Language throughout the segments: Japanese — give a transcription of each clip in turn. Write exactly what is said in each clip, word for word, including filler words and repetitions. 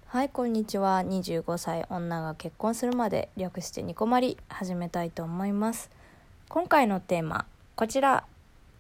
はい、こんにちは。にじゅうごさい女が結婚するまで、略してニコマリ、始めたいと思います。今回のテーマ、こちら。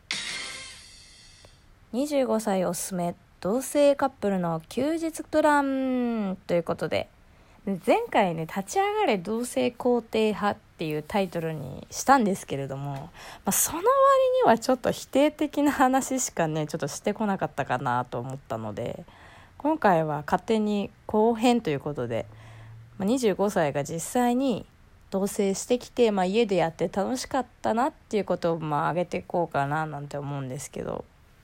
にじゅうごさいおすすめ同性カップルの休日プランということで、前回ね、立ち上がれ同性肯定派っていうタイトルにしたんですけれども、まあ、その割にはちょっと否定的な話しかねちょっとしてこなかったかなと思ったので、今回は勝手に後編ということで、まあ、にじゅうごさいが実際に同棲してきて、まあ、家でやって楽しかったなっていうことをまあ上げていこうかななんて思うんですけど、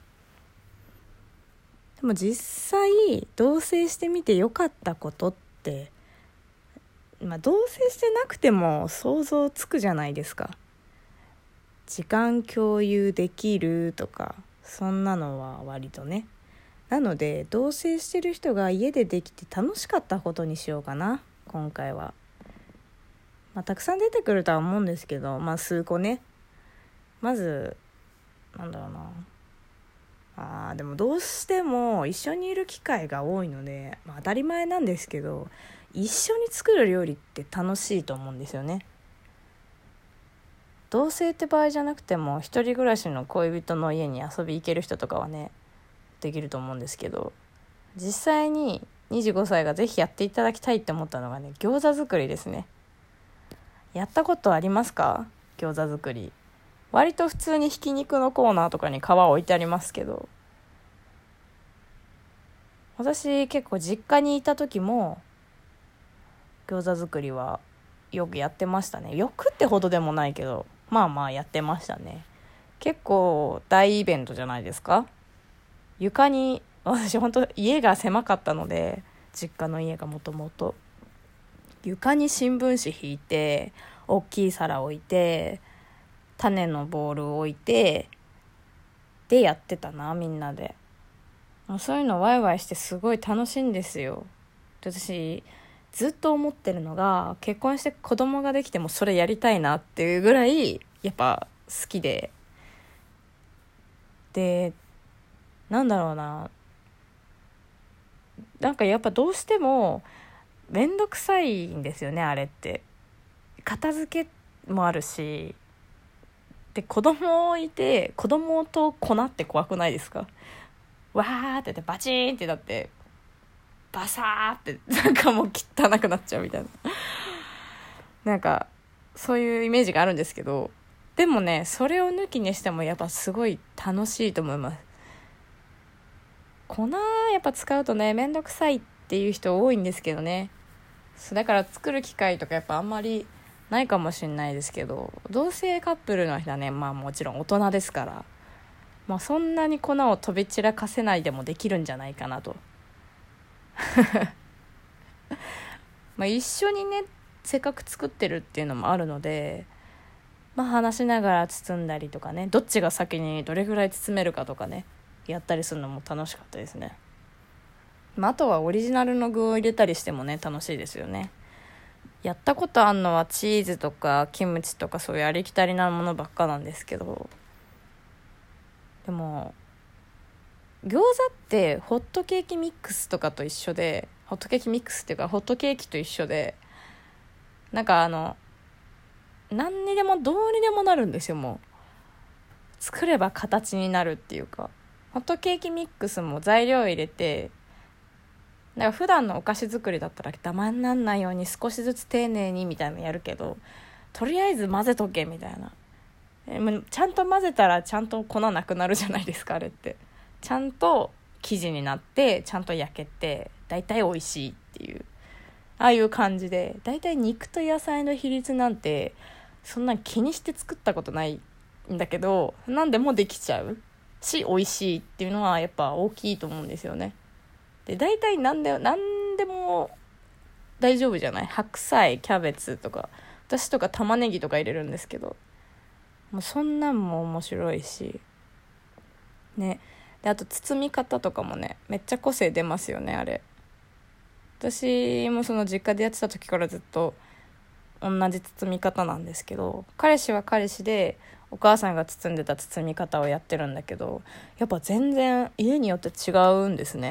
でも実際同棲してみて良かったことって、まあ、同棲してなくても想像つくじゃないですか。時間共有できるとか、そんなのは割とね。なので同棲してる人が家でできて楽しかったことにしようかな今回は。まあ、たくさん出てくるとは思うんですけど、まあ数個ね。まずなんだろうなあーでもどうしても一緒にいる機会が多いので、まあ、当たり前なんですけど、一緒に作る料理って楽しいと思うんですよね。同棲って場合じゃなくても、一人暮らしの恋人の家に遊び行ける人とかはねできると思うんですけど、実際ににじゅうごさいがぜひやっていただきたいって思ったのがね、餃子作りですね。やったことありますか？餃子作り。割と普通にひき肉のコーナーとかに皮置いてありますけど、私結構実家にいた時も餃子作りはよくやってましたね。よくってほどでもないけど、まあまあやってましたね。結構大イベントじゃないですか。床に、私本当家が狭かったので、実家の家がもともと床に新聞紙引いて、大きい皿置いて、種のボールを置いてでやってたな、みんなで。そういうのワイワイしてすごい楽しいんですよ。私ずっと思ってるのが、結婚して子供ができてもそれやりたいなっていうぐらいやっぱ好きで、でなんだろうななんかやっぱどうしてもめんどくさいんですよね、あれって。片付けもあるし、で子供いて、子供と粉って怖くないですか？わーってやってバチーンってなってバサーってなんかもう汚くなっちゃうみたいななんかそういうイメージがあるんですけど、でもね、それを抜きにしてもやっぱすごい楽しいと思います。粉やっぱ使うとねめんどくさいっていう人多いんですけどね。だから作る機会とかやっぱあんまりないかもしれないですけど、同性カップルの人はね、まあもちろん大人ですから、まあ、そんなに粉を飛び散らかせないでもできるんじゃないかなとまあ一緒にねせっかく作ってるっていうのもあるので、まあ話しながら包んだりとかね、どっちが先にどれぐらい包めるかとかねやったりするのも楽しかったですね。まあ、あとはオリジナルの具を入れたりしてもね楽しいですよね。やったことあんのはチーズとかキムチとかそういうありきたりなものばっかなんですけど、でも餃子ってホットケーキミックスとかと一緒で、ホットケーキミックスっていうかホットケーキと一緒で、なんかあの何にでもどうにでもなるんですよ。もう作れば形になるっていうか、ホットケーキミックスも材料入れて、なんか普段のお菓子作りだったらダマになんないように少しずつ丁寧にみたいなのやるけど、とりあえず混ぜとけみたいな、えちゃんと混ぜたらちゃんと粉なくなるじゃないですか。あれってちゃんと生地になってちゃんと焼けてだいたい美味しいっていう、ああいう感じで、だいたい肉と野菜の比率なんてそんな気にして作ったことないんだけど、何でもできちゃうし美味しいっていうのはやっぱ大きいと思うんですよね。で大体何で何でも大丈夫じゃない。白菜、キャベツとか、私とか玉ねぎとか入れるんですけど、もうそんなんも面白いしね。であと包み方とかもねめっちゃ個性出ますよね、あれ。私もその実家でやってた時からずっと同じ包み方なんですけど、彼氏は彼氏でお母さんが包んでた包み方をやってるんだけど、やっぱ全然家によって違うんですね。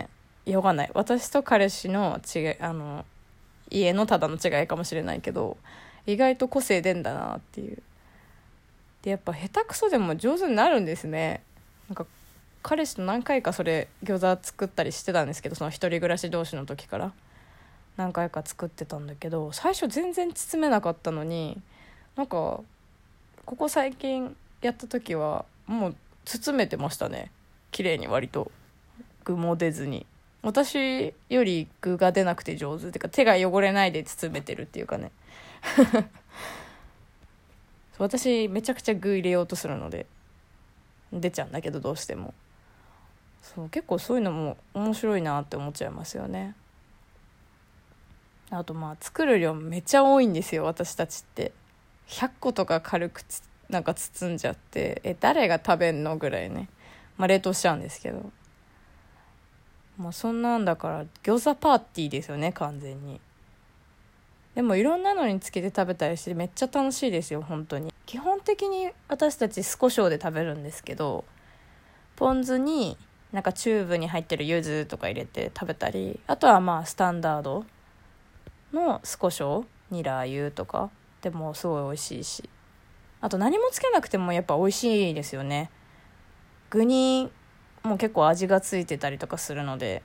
いやわかんない、私と彼氏の違い、あの家のただの違いかもしれないけど、意外と個性出んだなっていう。でやっぱ下手くそでも上手になるんですね。なんか彼氏と何回かそれ餃子作ったりしてたんですけど、その一人暮らし同士の時から何回か作ってたんだけど、最初全然包めなかったのに、なんかここ最近やった時はもう包めてましたね、綺麗に。割と具も出ずに、私より具が出なくて上手っていうか、手が汚れないで包めてるっていうかね私めちゃくちゃ具入れようとするので出ちゃうんだけど、どうしても。そう、結構そういうのも面白いなって思っちゃいますよね。あとまあ作る量めっちゃ多いんですよ、私たちって。ひゃっことか軽くつなんか包んじゃって、え誰が食べんのぐらいね、まあ、冷凍しちゃうんですけど、まあ、そんなんだから餃子パーティーですよね、完全に。でもいろんなのにつけて食べたりしてめっちゃ楽しいですよ、本当に。基本的に私たち酢コショウで食べるんですけど、ポン酢になんかチューブに入ってる柚子とか入れて食べたり、あとはまあスタンダードの酢コショウにラー油とかでもすごい美味しいし、あと何もつけなくてもやっぱ美味しいですよね。具にもう結構味がついてたりとかするので、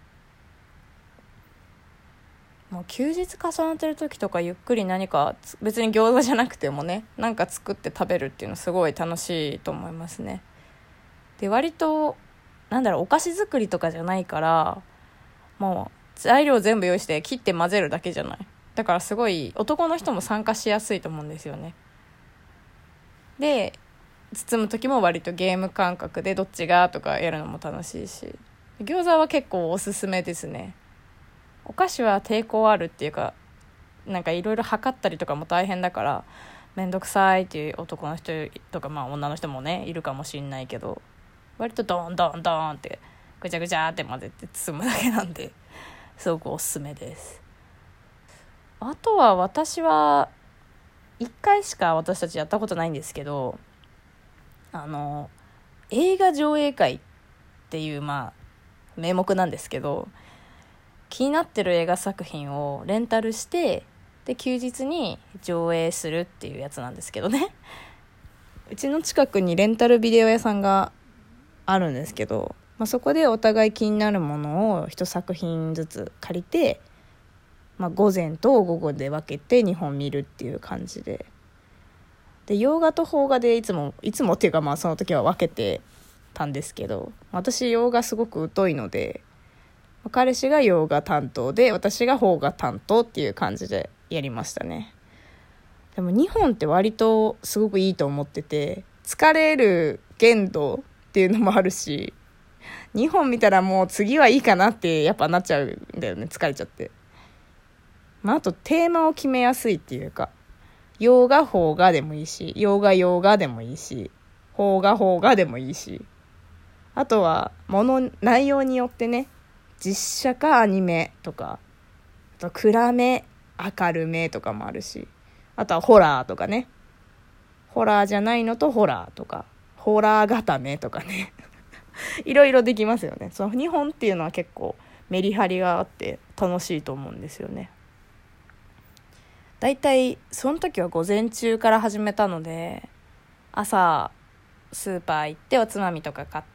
もう休日重なってる時とかゆっくり何か、別に餃子じゃなくてもね、なんか作って食べるっていうのすごい楽しいと思いますね。で割となんだろう、お菓子作りとかじゃないから、もう材料全部用意して切って混ぜるだけじゃない。だからすごい男の人も参加しやすいと思うんですよね。で包む時も割とゲーム感覚でどっちがとかやるのも楽しいし、餃子は結構おすすめですね。お菓子は抵抗あるっていうか、なんかいろいろ測ったりとかも大変だからめんどくさいっていう男の人とか、まあ女の人もねいるかもしんないけど、割とドンドンドンってぐちゃぐちゃって混ぜて包むだけなんで、すごくおすすめです。あとは私はいっかいしか私たちやったことないんですけど、あの映画上映会っていうまあ名目なんですけど、気になってる映画作品をレンタルして、で休日に上映するっていうやつなんですけどね。うちの近くにレンタルビデオ屋さんがあるんですけど、まあ、そこでお互い気になるものを一作品ずつ借りて、まあ、午前と午後で分けてにほん見るっていう感じで、で洋画と邦画でいつもいつもっていうかまあその時は分けてたんですけど、私洋画すごく疎いので、彼氏が洋画担当で私が邦画担当っていう感じでやりましたね。でもにほんって割とすごくいいと思ってて、疲れる限度っていうのもあるし、にほん見たらもう次はいいかなってやっぱなっちゃうんだよね、疲れちゃって。まあ、あとテーマを決めやすいっていうか、洋画邦画でもいいし、洋画洋画でもいいし、邦画邦画でもいいし、あとはもの内容によってね、実写かアニメとか、あと暗め明るめとかもあるし、あとはホラーとかね、ホラーじゃないのとホラーとか、ホラー固めとかねいろいろできますよね。そのにほんっていうのは結構メリハリがあって楽しいと思うんですよね。だいたいその時は午前中から始めたので、朝スーパー行っておつまみとか買って、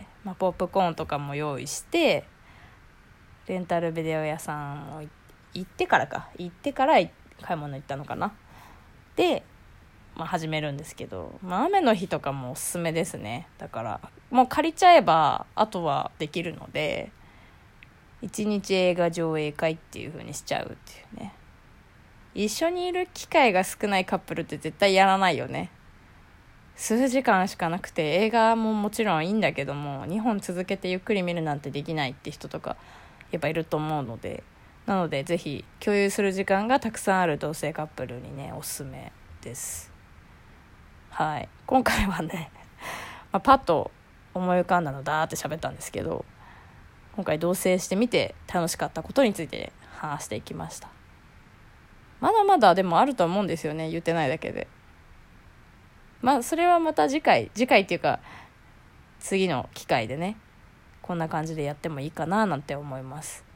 まあ、ポップコーンとかも用意して、レンタルビデオ屋さんを行ってからか行ってから買い物行ったのかな。で、まあ、始めるんですけど、まあ、雨の日とかもおすすめですね。だからもう借りちゃえばあとはできるので、一日映画上映会っていう風にしちゃうっていうね。一緒にいる機会が少ないカップルって絶対やらないよね。数時間しかなくて映画ももちろんいいんだけども、にほん続けてゆっくり見るなんてできないって人とかやっぱいると思うので、なのでぜひ共有する時間がたくさんある同性カップルにねおすすめです。はい、今回はね、まあ、パッと思い浮かんだのだーって喋ったんですけど、今回同棲してみて楽しかったことについて話していきました。まだまだでもあると思うんですよね、言ってないだけで。まあそれはまた次回次回っていうか次の機会でね、ここんな感じでやってもいいかななんて思います。